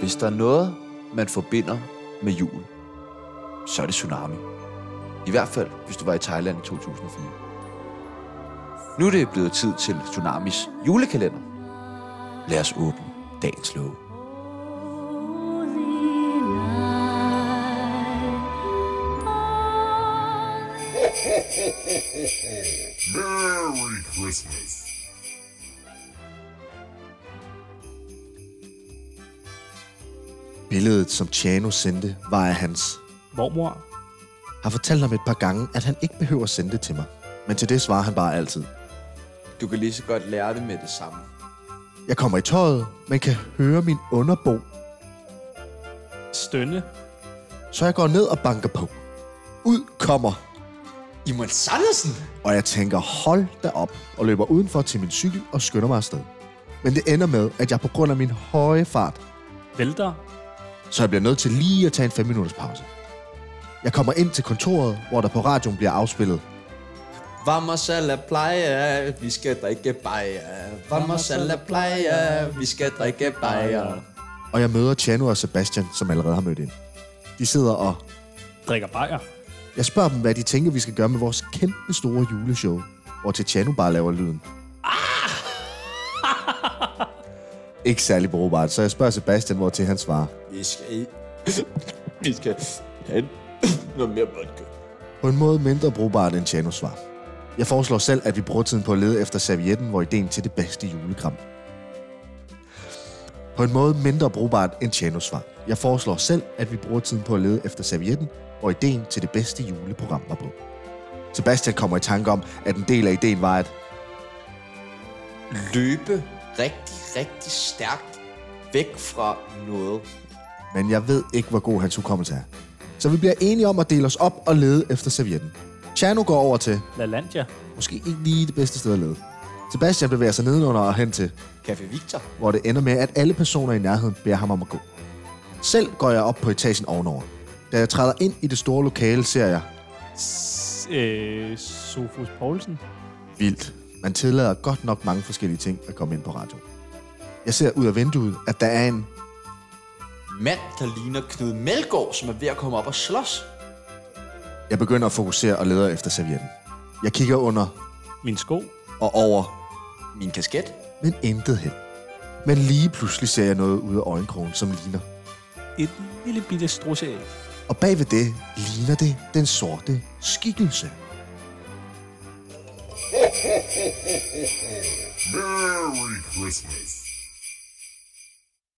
Hvis der er noget, man forbinder med jul, så er det tsunami. I hvert fald, hvis du var i Thailand i 2004. Nu er det blevet tid til Tsunamis julekalender. Lad os åbne dagens låge. Merry Christmas. Billedet, som Tjano sendte, var af hans. Mormor. Har fortalt ham et par gange, at han ikke behøver at sende det til mig. Men til det svarer han bare altid. Du kan lige så godt lære det med det samme. Jeg kommer i tøjet, men kan høre min underbo, Stønne. så jeg går ned og banker på. Ud kommer, Imon Sandesen! og jeg tænker, hold da op, og løber udenfor til min cykel og skynder mig afsted. Men det ender med, at jeg på grund af min høje fart, Vælter. så jeg bliver nødt til lige at tage en 5-minutters pause. Jeg kommer ind til kontoret, hvor der på radioen bliver afspillet. Vamos a la playa, vi skal drikke bajer. Vamos a la playa, vi skal drikke bajer. Og jeg møder Tjano og Sebastian, som allerede har mødt ind. De sidder og... Drikker bajer. Jeg spørger dem, hvad de tænker, vi skal gøre med vores kæmpe store juleshow, hvor Tjano bare laver lyden. Ikke særlig brugbart, så jeg spørger Sebastian, hvor til han svarer. Vi skal have noget mere vodka. På en måde mindre brugbart end Tjanos svar. Jeg foreslår selv, at vi bruger tiden på at lede efter servietten, hvor ideen til det bedste julekram. På en måde mindre brugbart end Tjanos svar. Jeg foreslår selv, at vi bruger tiden på at lede efter servietten, hvor ideen til det bedste juleprogram var på. Sebastian kommer i tanke om, at en del af ideen var at Løbe rigtig stærkt væk fra noget. men jeg ved ikke, hvor god hans hukommelse er. Så vi bliver enige om at dele os op og lede efter servietten. Tjano går over til, LaLandia. måske ikke lige det bedste sted at lede. Sebastian bevæger sig nedenunder og hen til, Café Victor. hvor det ender med, at alle personer i nærheden beder ham om at gå. Selv går jeg op på etagen ovenover. Da jeg træder ind i det store lokale, ser jeg Sofus Poulsen. vildt. Man tillader godt nok mange forskellige ting at komme ind på radio. Jeg ser ud af vinduet, at der er en... Mand, der ligner Knud Melgaard, som er ved at komme op og slås. Jeg begynder at fokusere og leder efter servietten. Jeg kigger under Min sko. og over, Min kasket. men intet held. Men lige pludselig ser jeg noget ud af øjenkrogen, som ligner. Et lille bitte strusseæg. Og bagved det ligner det den sorte skikkelse. Merry Christmas.